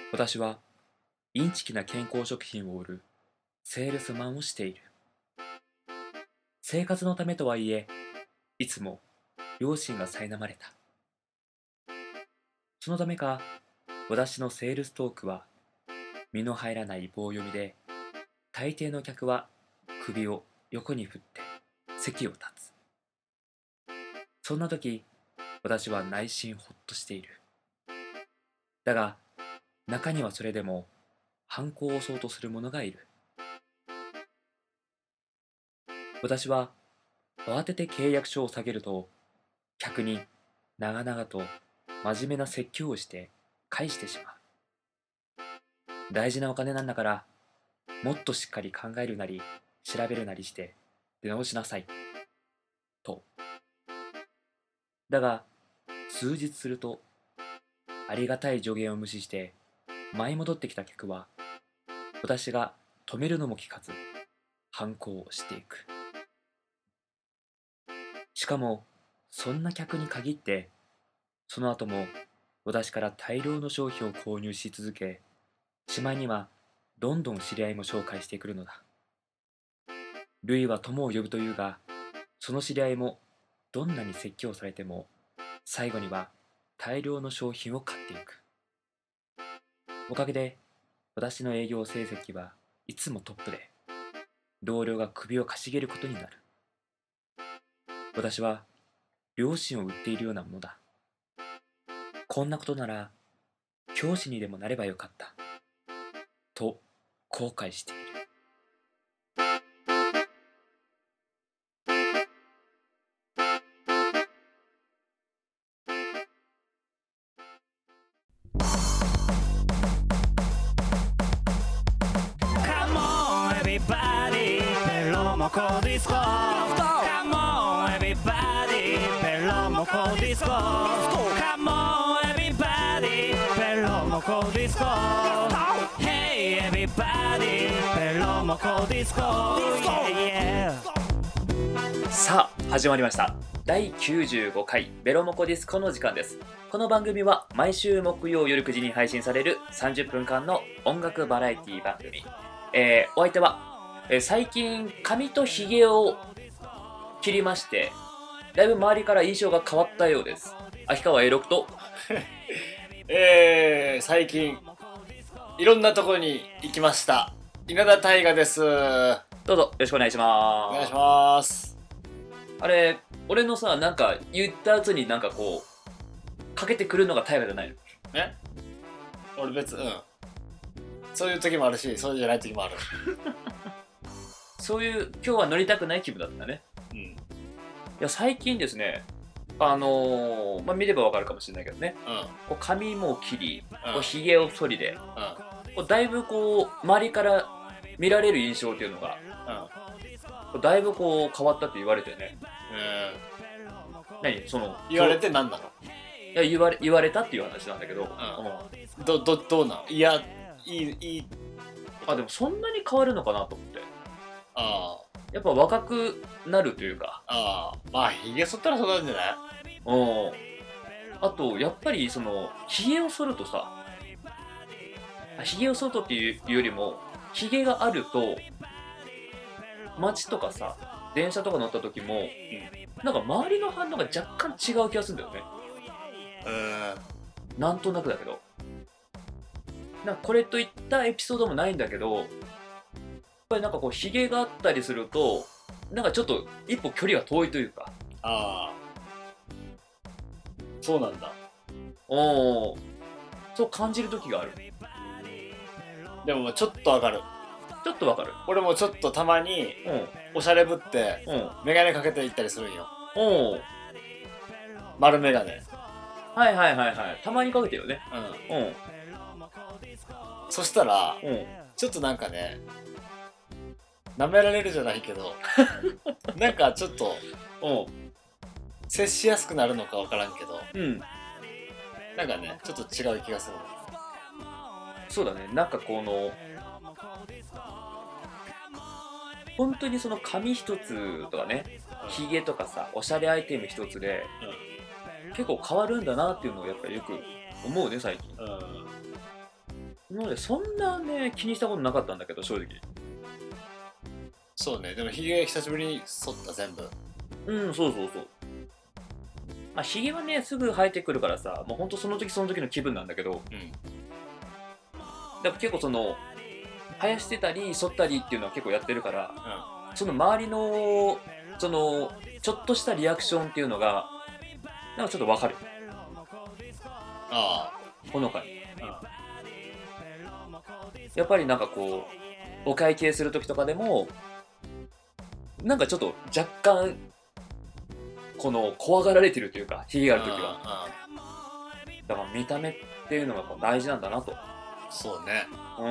私はインチキな健康食品を売るセールスマンをしている。生活のためとはいえ、いつも良心が苛まれた。そのためか、私のセールストークは身の入らない棒読みで、大抵の客は首を横に振って席を立つ。そんな時、私は内心ほっとしている。だが、中にはそれでも反抗を押そうとする者がいる。私は慌てて契約書を下げると、客に長々と真面目な説教をして返してしまう。大事なお金なんだから、もっとしっかり考えるなり調べるなりして出直しなさいと。だが数日すると、ありがたい助言を無視して舞い戻ってきた客は、私が止めるのも聞かず反抗をしていく。しかもそんな客に限って、その後も私から大量の商品を購入し続け、しまいにはどんどん知り合いも紹介してくるのだ。類は友を呼ぶというが、その知り合いもどんなに説教されても、最後には大量の商品を買っていく。おかげで私の営業成績はいつもトップで、同僚が首をかしげることになる。私は良心を売っているようなものだ。こんなことなら教師にでもなればよかったと後悔している。 Come on everybody ペロモコディスコ Come on everybody ペロモコディスコ Come on everybody ペロモコディスコ Hey everybody ペロモコディスコ Yeah yeah さあ始まりました。第95回ベロモコディスコの時間です。この番組は毎週木曜夜9時に配信される30分間の音楽バラエティ番組。お相手は、最近髪とひげを切りまして、だいぶ周りから印象が変わったようです。秋川 A6 と最近いろんなところに行きました稲田大我です。おどうぞよろしくお願いします。 願いします。 あれ、俺のさ、なんか言った後になんかこうかけてくるのが大我じゃないの？ え？俺別そういう時もあるし、そうじゃない時もある。 そういう今日は乗りたくない気分だったね。いや最近ですね、見ればわかるかもしれないけどね、こう髪も切り、こうひげを剃りで、こうだいぶこう周りから見られる印象っていうのが、こうだいぶこう変わったって言われてね。何その言われて何なの？ いや言われたっていう話なんだけど、 どうなん？いやいいあでもそんなに変わるのかなと思って。 あやっぱ若くなるというか、 まあひげ剃ったらそうなんじゃない？ あとやっぱりそのひげを剃るとさ、ひげを剃るとっていうよりも、ひげがあると街とかさ電車とか乗った時も、なんか周りの反応が若干違う気がするんだよね。なんとなくだけど、なんかこれといったエピソードもないんだけど、やっぱりなんかこうひげがあったりすると、なんかちょっと一歩距離が遠いというか。 そうなんだ。 そう感じる時がある。 でもちょっとわかる。 ちょっとわかる。 俺もちょっとたまにおしゃれぶってメガネかけていったりするんよ。丸メガネ。 はいはいはいはい。たまにかけてるよね。 そしたらちょっとなんかね、舐められるじゃないけどなんかちょっと接しやすくなるのかわからんけど、なんかねちょっと違う気がする。 そうだね。なんかこの本当にその髪一つとかね、ひげとかさ、おしゃれアイテム一つで、結構変わるんだなっていうのをやっぱりよく思うね最近。 なのでそんなね気にしたことなかったんだけど正直。 そうね、でもひげ久しぶりに剃った全部。 うん、そうそうそう。まあひげはねすぐ生えてくるからさ、もうほんとその時その時の気分なんだけど、 うんでも結構その生やしてたり剃ったりっていうのは結構やってるから、 うその周りのそのちょっとしたリアクションっていうのがなんかちょっとわかる、 ん。あほのかに。 あ、 やっぱりなんかこうお会計する時とかでもなんかちょっと若干この怖がられてるというかひげがある時は、 あだから見た目っていうのがやっぱ大事なんだなと。 そうね。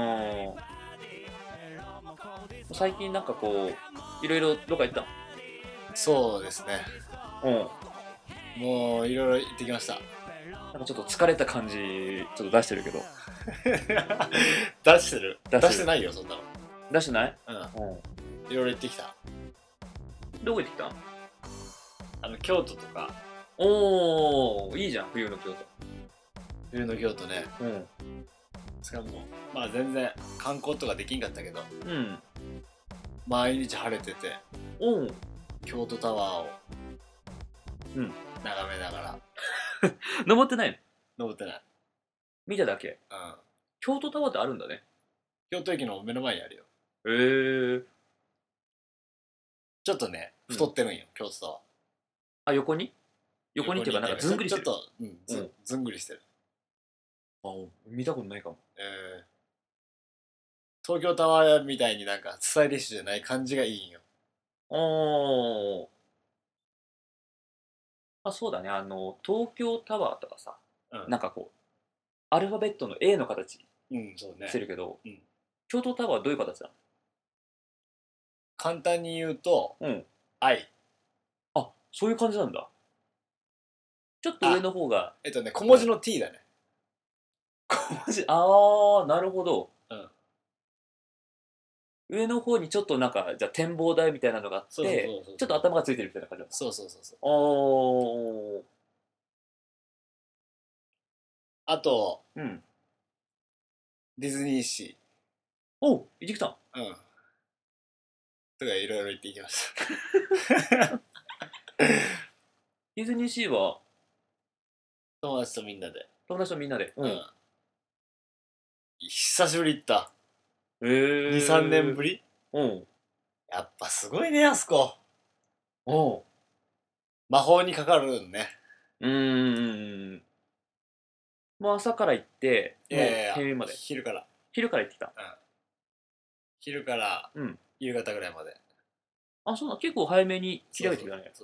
最近なんかこういろいろどっか行ったそうですね。 の？ もういろいろ行ってきました。 なんかちょっと疲れた感じちょっと出してるけど。 出してる出してる出してないよ、そんなの。 出してない？ いろいろ行ってきた。 どこ行ってきた？ 京都とか。 おー、いいじゃん冬の京都。 冬の京都ね。しかもまあ全然観光とかできんかったけど、毎日晴れてておう京都タワーをうん眺めながら。 登ってないの？ 登ってない。 見ただけ。京都タワーってあるんだね。 京都駅の目の前にあるよ。 ちちょっとね太ってるんよ、京都タワー。 あ、横にっていうかなんかずんぐりしてる。 ちょっと、ずんぐりしてる。 あ、見たことないかも。 東京タワーみたいになんかスタイリッシュじゃない感じがいいんよ。 そうだね、東京タワーとかさ、 うんなんかこうアルファベットの A の形そうね。 してるけど、 うん京都タワーはどういう形だ？ 簡単に言うと、愛。 あ、そういう感じなんだ。ちょっと上の方が小文字の T だね。 小文字、ああ、なるほど。 うん上の方にちょっとなんかじゃあ展望台みたいなのがあって、 そうちょっと頭がついてるみたいな感じなんだ。 そうそうそうそう。 おー、 あとうん。 ディズニーシおう、行ってきたん？ ー。とかいろいろ行ってきました。 ディズニーシーは友達とみんなで。 友達とみんなで。 久しぶり行った。 2、 2、3年ぶり。 うんやっぱすごいね、あそこ。 おう魔法にかかるんね。 もう朝から行ってもう閉園まで。 昼から。 昼から行ってきた。 昼から夕方ぐらいまで。 あ、そうだ、結構早めに切り上げてきたね。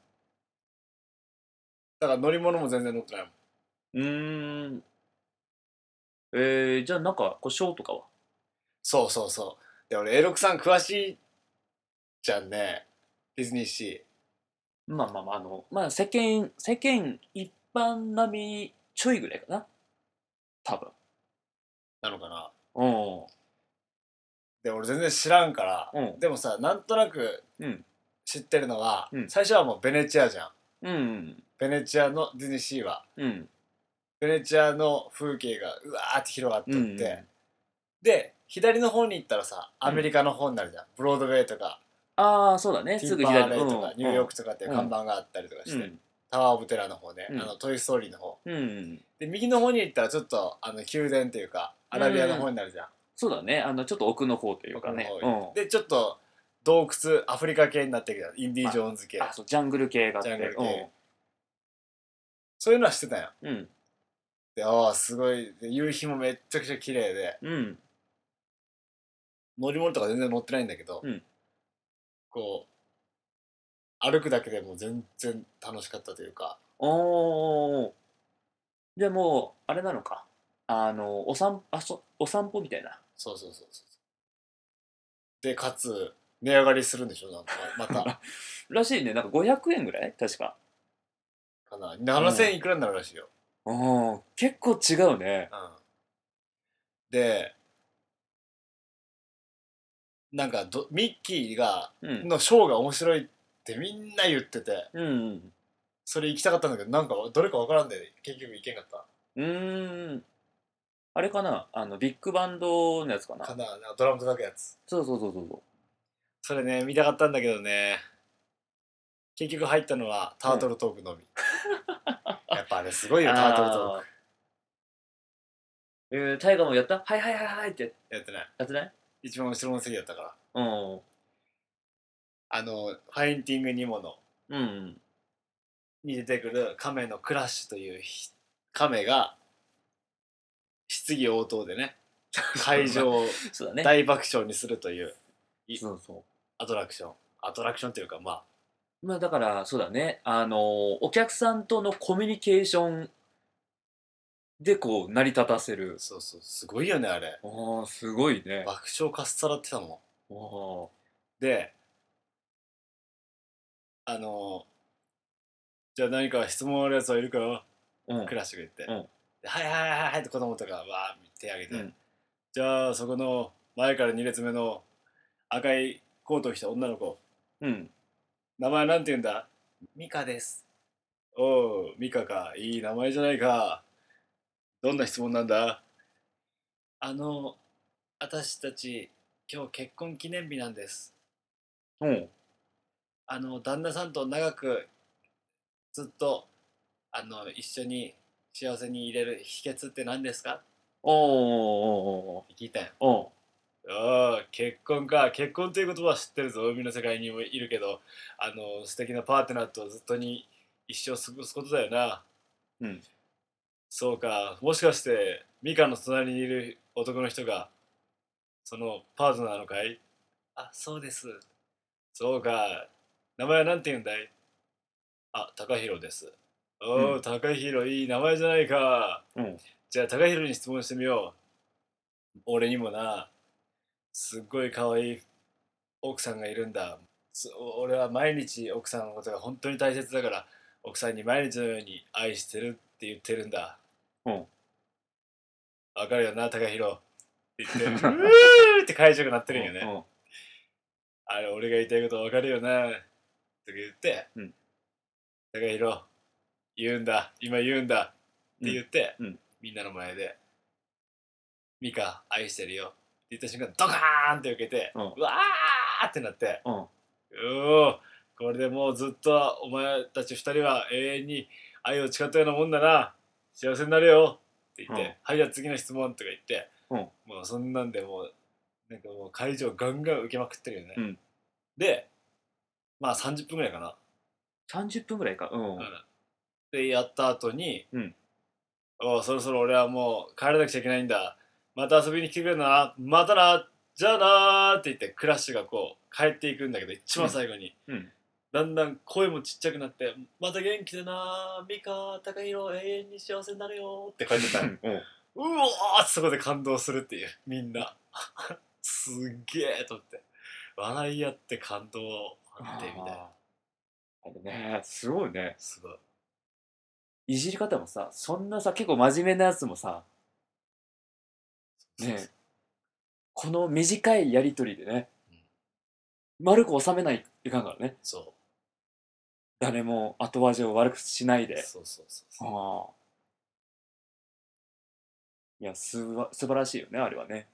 だから乗り物も全然乗ってないもん。 じゃあなんかこうショーとかは？ そうそうそう。で、俺 A6 さん詳しいじゃんね。ディズニーシまあまあまあまあ世間一般並みちょいぐらいかな多分。 ーなのかな。 うんで、俺全然知らんから、でもさ、なんとなく知ってるのは、最初はもうベネチアじゃん。ベネチアのディズニーシーは。ベネチアの風景がうわーって広がってって、で、左の方に行ったらさ、アメリカの方になるじゃん。ブロードウェイとか、 ああそうだね、 ティンパーレイとか、ニューヨークとかっていう看板があったりとかして、タワーオブテラーの方ね、トイストーリーの方。で、右の方に行ったらちょっと宮殿っていうか、アラビアの方になるじゃん。 そうだね、ちょっと奥の方というかね。 で、ちょっと洞窟、アフリカ系になってきた。インディ・ジョーンズ系。 そう、ジャングル系があって。 そういうのはしてたよ。で、すごい。で、夕日もめっちゃくちゃ綺麗で。乗り物とか全然乗ってないんだけど、こう、歩くだけでも全然楽しかったというか。 じゃあもう、あれなのか。お散歩みたいな。 そう。で、かつ、値上がりするんでしょなんか、また。 らしいね。なんか500円ぐらい確か。 かな。7000円いくらになるらしいよ。 結構違うね。 で、なんかミッキーのショーが面白いってみんな言ってて、それ行きたかったんだけど、なんかどれかわからんで結局行けんかった。 あれかな、ビッグバンドのやつかな。 かな、ドラム叩くやつ。 そうそうそうそう。 それね見たかったんだけどね、結局入ったのはタートルトークのみ、やっぱあれすごいよタートルトーク。 タイガーもやった？はいはいはいはいってやってない。 やってない？ 一番後ろの席だったから。 うん。 ファインティングニモのうん。 に出てくる亀のクラッシュという亀が質疑応答でね会場をそうだね。 大爆笑にするというそうそう。 アトラクションというかまあだからそうだね。お客さんとのコミュニケーションでこう成り立たせる。 そうそうすごいよねあれ。 ああ、すごいね。 爆笑かっさらってたもああ。 ん。であのじゃあ何か質問あるやつはいるか、 うん。 クラッシュが言って、 うん。 ではいはいはいはいって子供とかわー手挙げて、 うん。 じゃあそこの前から2列目の赤いコートを着た女の子、 うん。 名前なんて言うんだ？ミカです。おう、ミカか。いい名前じゃないか。どんな質問なんだ？私たち、今日結婚記念日なんです。 うん。 旦那さんと長くずっと、一緒に幸せにいれる秘訣って何ですか？ おーおって聞いたよ。 ーおーおああ、結婚か。結婚という言葉は知ってるぞ。海の世界にもいるけど、素敵なパートナーとずっと一生過ごすことだよな。 ー。うん。 そうか。もしかして、ミカの隣にいる男の人が、そのパートナーのかい？あ、そうです。そうか。名前は何て言うんだい？あ、高弘です。おお、高弘いい名前じゃないか。 うん。 じゃあ高弘に質問してみよう。俺にもな、すっごい可愛い奥さんがいるんだ。俺は毎日奥さんのことが本当に大切だから、奥さんに毎日のように愛してるって言ってるんだ。 うん。 わかるよな、高弘って言って、うーって会場が鳴ってるんよね。あれ、俺が言いたいことわかるよなって言って、 うん、 高弘、言うんだ、今言うんだって言って、 うん、 みんなの前で、ミカ、愛してるよって言った瞬間、ドカーンって受けて、うわーってなって、おお、これでもうずっとお前たち二人は永遠に愛を誓ったようなもんだな、幸せになれよって言って、はい、じゃあ次の質問とか言って、もうそんなんでもう、なんかもう会場ガンガン受けまくってるよね。で、まあ30分ぐらいかな。 30分ぐらいか。 で、やった後に、そろそろ俺はもう帰らなくちゃいけないんだ。また遊びに来てくれるな。またな。じゃあなーって言ってクラッシュがこう帰っていくんだけど、一番最後に、だんだん声もちっちゃくなって、また元気でなー、ミカ、高弘、永遠に幸せになれよって書いてた。うおーってそこで感動するっていう、みんな。すっげえと思って。笑い合って感動あってみたいな。 あれね、すごいね。 すごい。 いじり方もさ、そんなさ、結構真面目なやつもさ、ね、この短いやりとりでね、丸く収めないといかんからね。 そう。 誰も後味を悪くしないで。 そうそうそうそう。 いや、素晴らしいよね、あれはね。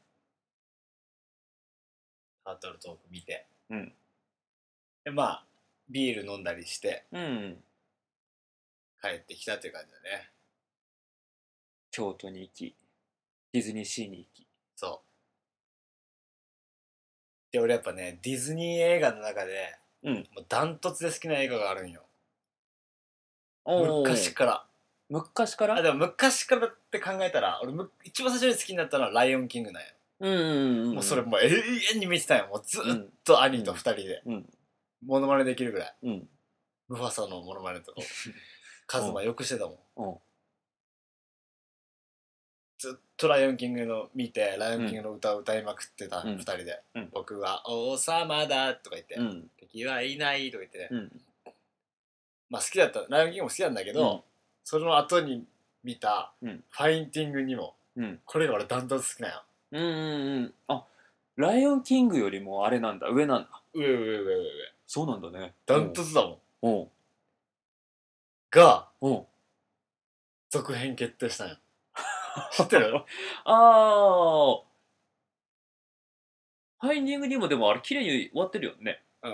タートルトーク見て。 うん。 で、まあ、ビール飲んだりして、 うん。 帰ってきたっていう感じだね。 京都に行き、ディズニーシーに行き。 そう。で、俺やっぱね、ディズニー映画の中で、もうダントツで好きな映画があるんよ。昔から。 昔から？ でも昔からって考えたら、俺一番最初に好きになったのはライオンキングなんよ。もうそれもう永遠に見てたよ。もうずっと兄と二人で。モノマネできるぐらい。ムファサのモノマネとかをカズマよくしてたもん。ずっとライオンキングの見て、ライオンキングの歌を歌いまくってた二人で。僕は王様だとか言って、敵はいないとか言ってね。まあ好きだった、ライオンキングも好きなんだけど、その後に見たファインティングにも、これが俺ダントツ好きなよ。 あ、ライオンキングよりもあれなんだ、上なんだ。 上。 そうなんだね。 ダントツだもん。 が、続編決定したんよ。 知ってる？ ああ、ファインディングにもでもあれ綺麗に終わってるよね。 うん。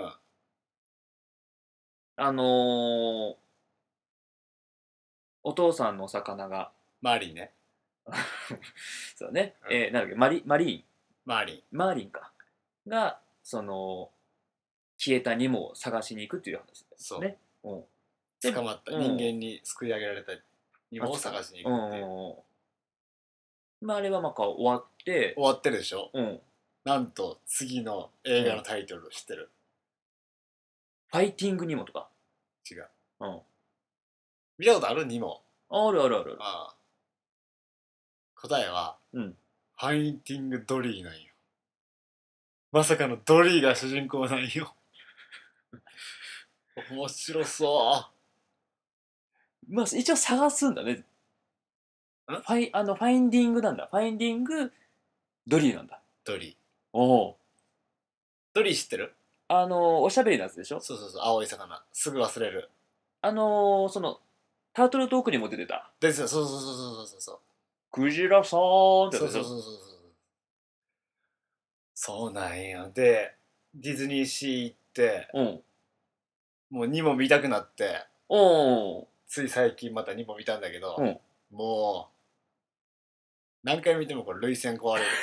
あのー、お父さんのお魚が、 マーリンね。 そうだね、 うんなんだっけ、マリーン、 マーリン。 マーリンか。が、その、消えたニモを探しに行くっていう話ですそう。 ね。うん。で捕まったうん人間に救い上げられたニモを探しに行くっていう。 まあ、あれはまあ終わって、 終わってるでしょ？ うん。 なんと次の映画のタイトル知ってる？ ファイティングニモとか。 違う。 うん。 見たことある？ニモ。 あるあるある。 ああ。答えは、 うん。 ファインティングドリーなんよ。まさかのドリーが主人公なんよ。面白そまあ、一応探すんだね。 んファインディングなんだ。ファインディング、ドリーなんだ。 う。ドリー。 おお。 ドリー知ってる？ おしゃべりのやつでしょ？ そうそうそう、青い魚。すぐ忘れる。 その、タートルトークにも出てた。 ですよ、そうそうそうそうそうそう。 クジラさーんってやつでしょ？ そうそうそうそうそう。そうなんや。で、ディズニーシー行って、 うん。 もうニモ見たくなって、 おー。 つい最近またニモ見たんだけど、 うん。 もう、何回見てもこれ涙腺壊れる。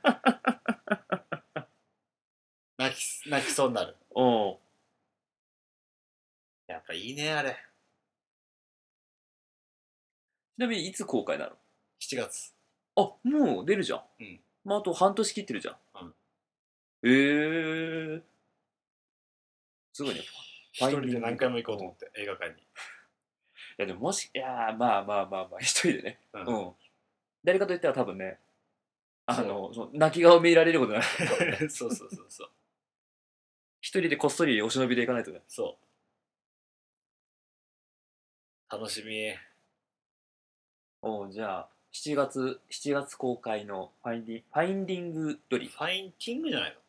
泣きそうになる。 おー。 やっぱいいね、あれ。 ちなみにいつ公開なの？ 7月。 あ、もう出るじゃん。 うん。 まあ、あと半年切ってるじゃん。 うん。 すごいね。 一人で何回も行こうと思って、映画館に。 いや、でもいやー、まあまあまあまあ、一人でね。 うんうん。誰かと言ったら多分ね、 そその泣き顔見られることない。 そうそうそうそう。 一人でこっそりお忍びで行かないとね。 そう。楽しみ。 じゃあ、7月公開のファインディングドリー。 ファインティングじゃないの？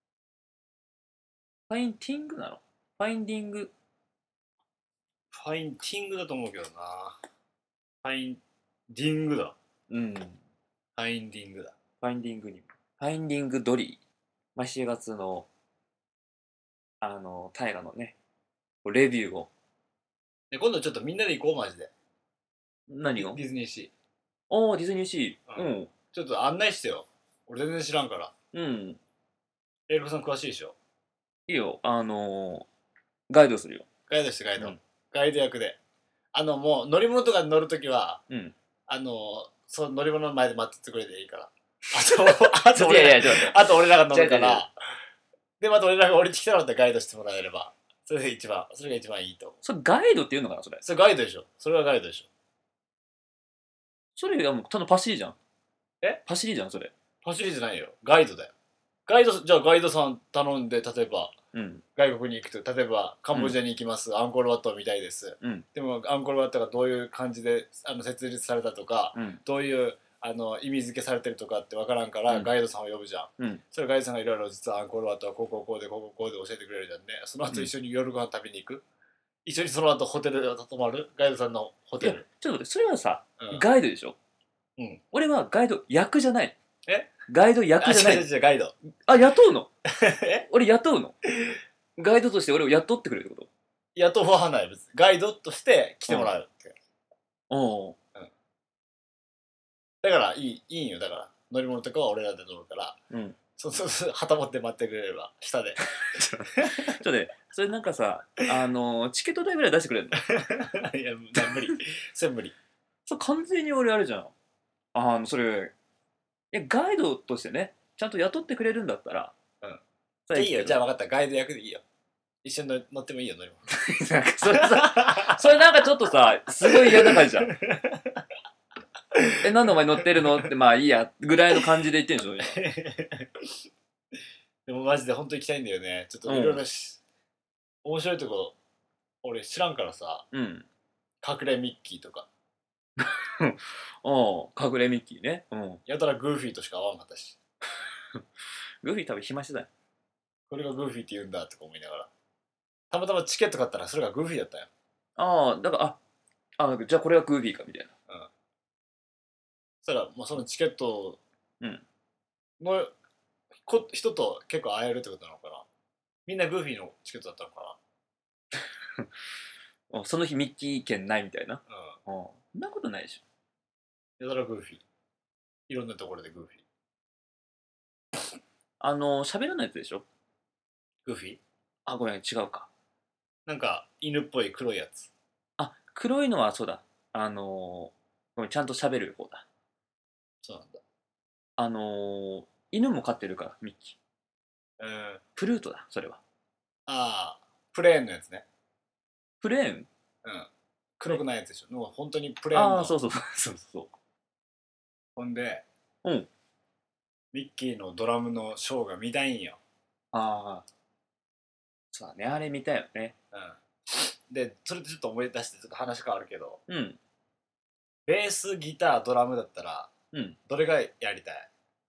ファインティングなの？ファインディング。 ファインティングだと思うけどな。ファインディングだ。 うん。 ファインディングだ。 ファインディングに。ファインディングドリー。まあ、7月の、大河のね、レビューを。 で、今度ちょっとみんなで行こう、マジで。 何を？ ディズニーシディズニーシー。 ー。 うん。 ちょっと案内してよ。俺全然知らんから。 うん。 エイルコさん詳しいでしょ？ いいよ。ガイドするよ。 ガイドしてガイド。 うんガイド役で。もう乗り物とかに乗るときは、 うん。 その乗り物の前で待っててくれていいから。あといやいや、 俺ら、 ちょっと待って。 あと俺らが乗るか違う違う違ら、で、また俺らが降りてきたらまたガイドしてもらえれば、それが一番いいと思う。 それガイドっていうのかな、それ。 それガイドでしょ？それはガイドでしょ？ それがもうただパシリじゃん。 え？ パシリじゃん、それ。 パシリじゃないよ。ガイドだよ。じゃあガイドさん頼んで、例えば、 うん。 外国に行くと、例えばカンボジアに行きます、アンコールワットを見たいです。 うん。 でもアンコールワットがどういう感じで設立されたとか、 うん。 どういう意味付けされてるとかって分からんから、 うんガイドさんを呼ぶじゃん。 うん。 それガイドさんがいろいろ実はアンコールワットはこうこうこうでこうこうこうで教えてくれるじゃんね。その後一緒に夜ご飯食べに行く、一緒にその後ホテルで泊まる、ガイドさんのホいや、 テル。 ちょっと待って、それはさ、 うんガイドでしょ？ うん。 俺はガイド役じゃない。 え？ ガイド役じゃない。 違うガイド。 あ、雇うの？ え？ 俺雇うの？ガイドとして俺を雇ってくれるってこと？ 雇わない別に。ガイドとして来てもらうって。 おお。 だからいいんよ。だから乗り物とかは俺らで乗るから、 うん。 そう旗持って待ってくれれば下で。 ちょっとね、それなんかさ、チケット代ぐらい出してくれるの？ いや無理。それ無理。 そう、完全に俺あれじゃん。それ、ガイドとしてね、ちゃんと雇ってくれるんだったら、 いいよ。じゃああ、 分かった。ガイド役でいいよ。一緒に乗ってもいいよ乗り物。 なんかそれなんかちょっとさ、すごい嫌な感じじゃん。なんでお前乗ってるのって、まあいいや、ぐらいの感じで言ってんでしょ、今。 でもマジで本当に行きたいんだよね。ちょっといろいろ面白いとこ俺知らんからさ、 うん。 隠れミッキーとか隠れミッキーね。 やたらグーフィーとしか会わんかったし、 グーフィー多分暇してたよ。 これがグーフィーって言うんだとか思いながら、たまたまチケット買ったらそれがグーフィーだったよ。 だから、じゃあこれはグーフィーかみたいな。 そしたらもうそのチケットうんの人と結構会えるってことなのかな。みんなグーフィーのチケットだったのかその日ミッキー券ないみたいな。 な。 そんなことないでしょ。 やたらグーフィー。いろんなところでグーフィー。 喋らないやつでしょ。 グーフィーあ、ごめん、違うか。 なんか犬っぽい黒いやつ。 あ、黒いのはそうだ。ごめん、ちゃんと喋る方だ。 そうなんだ。 犬も飼ってるから、ミッキー。 あプルートだ、それは。 あ、プレーンのやつね。 プレーン。 黒くないやつでしょ。もう本当にプレーンの。 ああ、そうそうそうそう。 ほんで、 うん。 ミッキーのドラムのショーが見たいんよ。 ああ。そうだね、あれ見たよね。 で、それでちょっと思い出してちょっと話変わるけど、 うん。 ベース、ギター、ドラムだったら、どれがやりたい？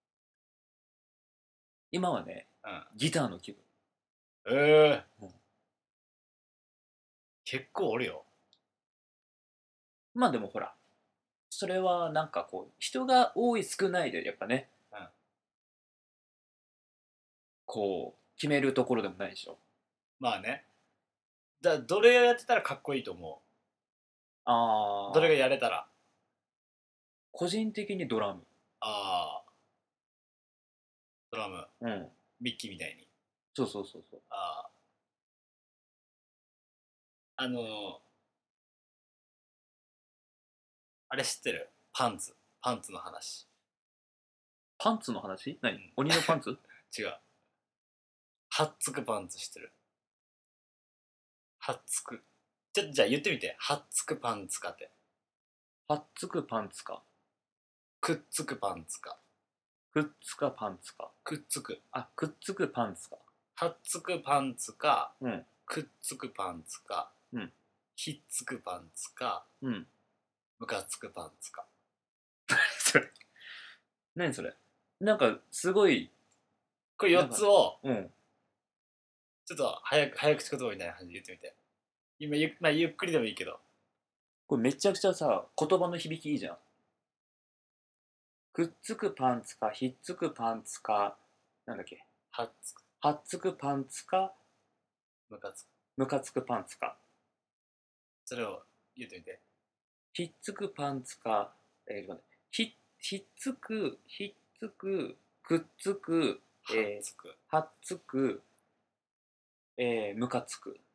今はね、ギターの気分。 結構おるよ。 まあでもほら、それはなんかこう、人が多い少ないでやっぱね、こう、決めるところでもないでしょ。 まあね。どれをやってたらかっこいいと思う？どれがやれたら？ 個人的にドラム。 ドラム。ミッキーみたいに。 そうそうそうそう。 あれ知ってる？パンツの話。 パンツの話？何？鬼のパンツ？ 違う。はっつくパンツ知ってる？はっつく。ちょっとじゃあ言ってみて。はっつくパンツかって。 はっつくパンツか。 くっつくパンツか。 くっつかパンツか。 くっつく。 くっつくパンツか。 はっつくパンツか。くっつくパンツか。ひっつくパンツか。むかつくパンツか。 何それ？なんかすごい。 これ4つを、ちょっと早口言葉みたいな感じで言ってみて。今ゆっくりでもいいけど。 これめちゃくちゃさ、言葉の響きいいじゃん。くっつくパンツか、ひっつくパンツか、なんだっけ。 はっつく。 はっつくパンツか、 むかつく。 むかつくパンツか。 それを言ってみて。 ひっつくパンツか、ひっつく、くっつく、はっつく、むかつく。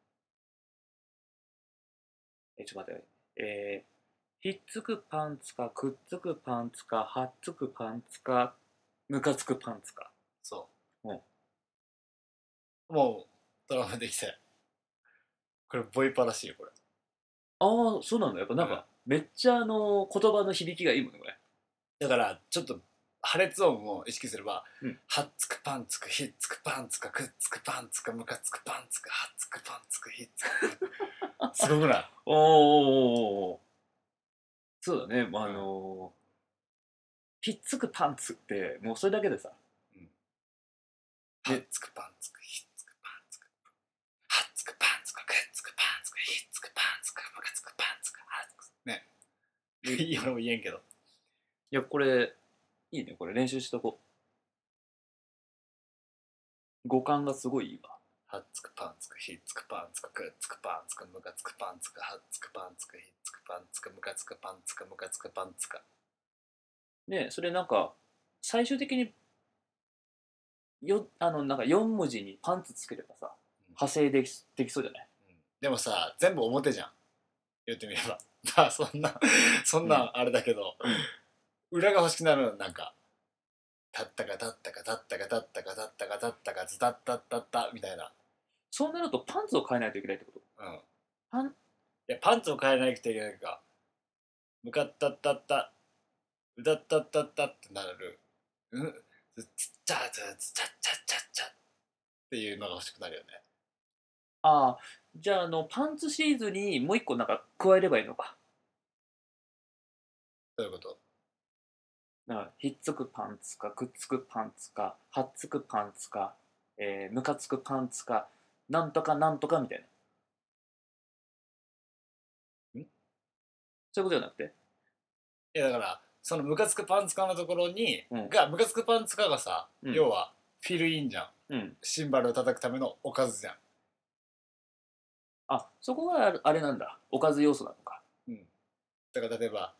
ちょっと待って。ひっつくパンツか、くっつくパンツか、はっつくパンツか、むかつくパンツか。 そう。もう、ドラマできたよ。これ、ボイパらしいよ、これ。 ああ、そうなんだ。やっぱなんか、めっちゃ言葉の響きがいいもんね、これ。 だから、ちょっと、破裂音を意識すれば、はっつくパンツく、ひっつくパンツか、くっつくパンツか、むかつくパンツか、はっつくパンツく、ひっつくパンツか。すごくない？ お。そうだね。ひっつくパンツって、もうそれだけでさ。 はっつくパンツく、ひっつくパンツか。はっつくパンツか、くっつくパンツか、ひっつくパンツか、むかつくパンツか、はっつく。ね。いや、俺も言えんけど。 いや、これ、いいね。これ練習しとこう。語感がすごいいいわ。 はっつくパンツか、ひっつくパンツか、くっつくパンツか、むかつくパンツか、はっつくパンツか、ひっつくパンツか、むかつくパンツか、むかつくパンツか。 ね、それなんか、最終的に、なんか4文字にパンツつければさ、派生できそうじゃない？ でもさ、全部表じゃん。言ってみれば。まあ、そんなあれだけど、裏が欲しくなるの、なんか、たったかたったかたったかたったかたったかたったかズタッタッタッタみたいな。 そうなるとパンツを変えないといけないってこと？ いや、パンツを変えないといけないか。むかったったった、うだったったったってなる。つっちゃつちゃっちゃっちゃっちゃっていうのが欲しくなるよね。 ああ、じゃあパンツシリーズにもう一個なんか加えればいいのか。 どういうこと？ だからひっつくパンツか、くっつくパンツか、はっつくパンツか、むかつくパンツか、なんとかなんとかみたいな。そういうことじゃなくて？ いや、だからそのムカつくパンツカのところに、 うんムカつくパンツカがさ、 うん要はフィルインじゃん。 うん。 シンバルを叩くためのおかずじゃん。 あ、そこがあれなんだ。おかず要素なのか。 だから例えば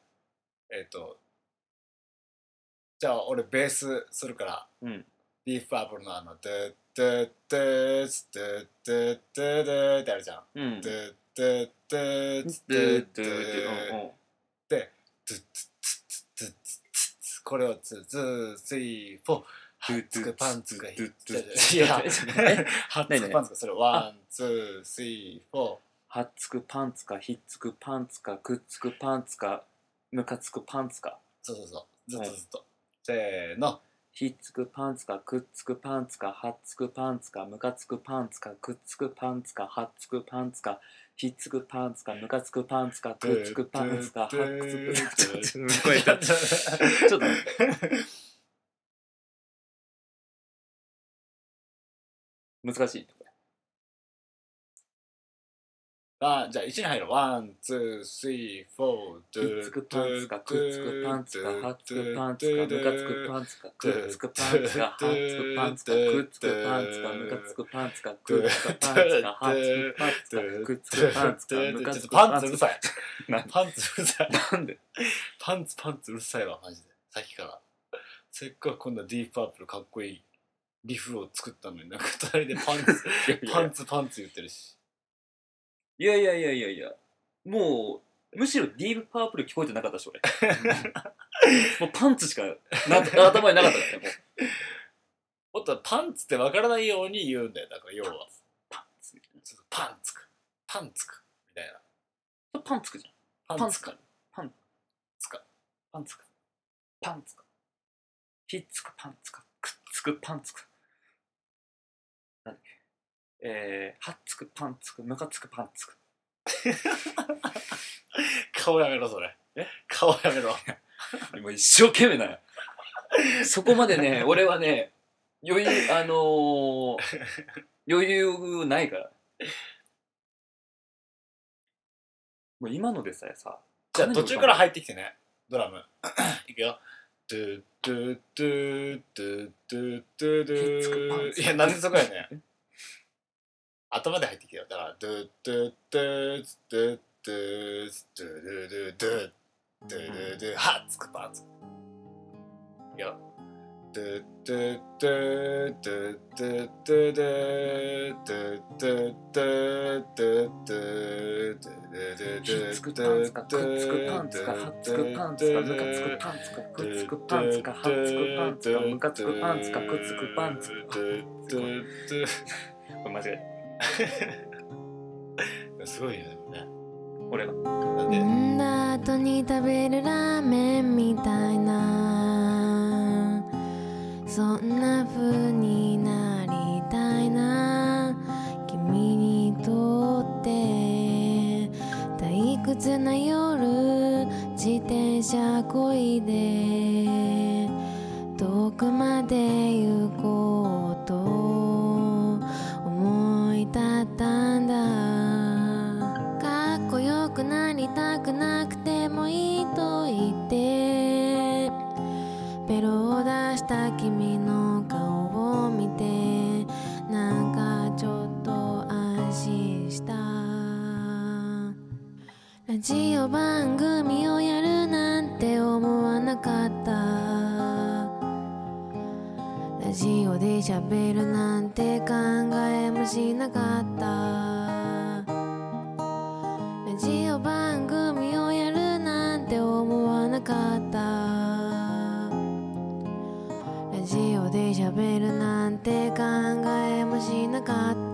じゃあ俺ベースするから、 うん。 ディープパープルのドゥドゥドゥツドゥドゥドゥドゥってあるじゃん。 うん。 ドゥドゥドゥツドゥドゥでドゥツツツツツこれをツースリーフォーはっつくパンツがいやはっつくパンツがそれワンツースリーフォーはっつくパンツかひっつくパンツかくっつくパンツかムカつくパンツか。 そうずっとせーの。 ひっつくパンツかくっつくパンツかはっつくパンツかムカつくパンツかくっつくパンツかはっつくパンツかひっつくパンツかムカつくパンツかくっつくパンツかはっつくちょっと待って難しい。 じゃあ1に入ろう。ワン、ツー、スリー、フォー、 ひっつくパンツかくっつくパンツかはっつくパンツかムカつくパンツかくっつくパンツかはっつくパンツかくっつくパンツかムカつくパンツかくっつくパンツかはっつくパンツかくっつくパンツかムカつくパンツうるさい。 なんパンツうるさい。 なんでパンツうるさいわマジで。さっきからせっかくこんなディープパープルかっこいいリフを作ったのになんか隣でパンツ言ってるし。 いやもうむしろディープパープル聞こえてなかったし俺もうパンツしか頭になかったからね。 もっとパンツってわからないように言うんだよ。だから要はパンツみたいな。 パンツくじゃん。パンツかひっつくパンツかくっつくパンツかなんだっけはっつくパンツかムカつくパンツか顔やめろそれ。顔やめろ。 もう一生懸命なそこまでね俺はね余裕ないからもう今のでさえさ。 じゃあ途中から入ってきてねドラムいくよ。ドゥドゥドゥドゥドゥドゥドゥ。いやなんでそこやねん。頭で入ってきてよ。だからドゥドゥドゥドゥドゥドゥドゥドゥドゥドゥドゥドゥはっつくパンツ。いくよ。ドゥドゥドゥドゥドゥドゥドゥドゥドゥドゥドゥドゥひっつくパンツかくっつくパンツかはっつくパンツかムカつくパンツかくっつくパンツかはっつくパンツかムカつくパンツかくっつくパンツか。これ間違えすごいよね。 俺が飲んだ後に食べるラーメンみたいなそんな風になりたいな君にとって退屈な夜自転車こいで遠くまで行こうと思い立ったんだかっこよくなりたくなくてもいいと言ってベロを出した君の顔を見てなんかちょっと安心したラジオ番組をやるなんて思わなかったラジオで喋るなんて考えもしなかったラジオ番組をやるなんて思わなかったラジオで喋るなんて考えもしなかった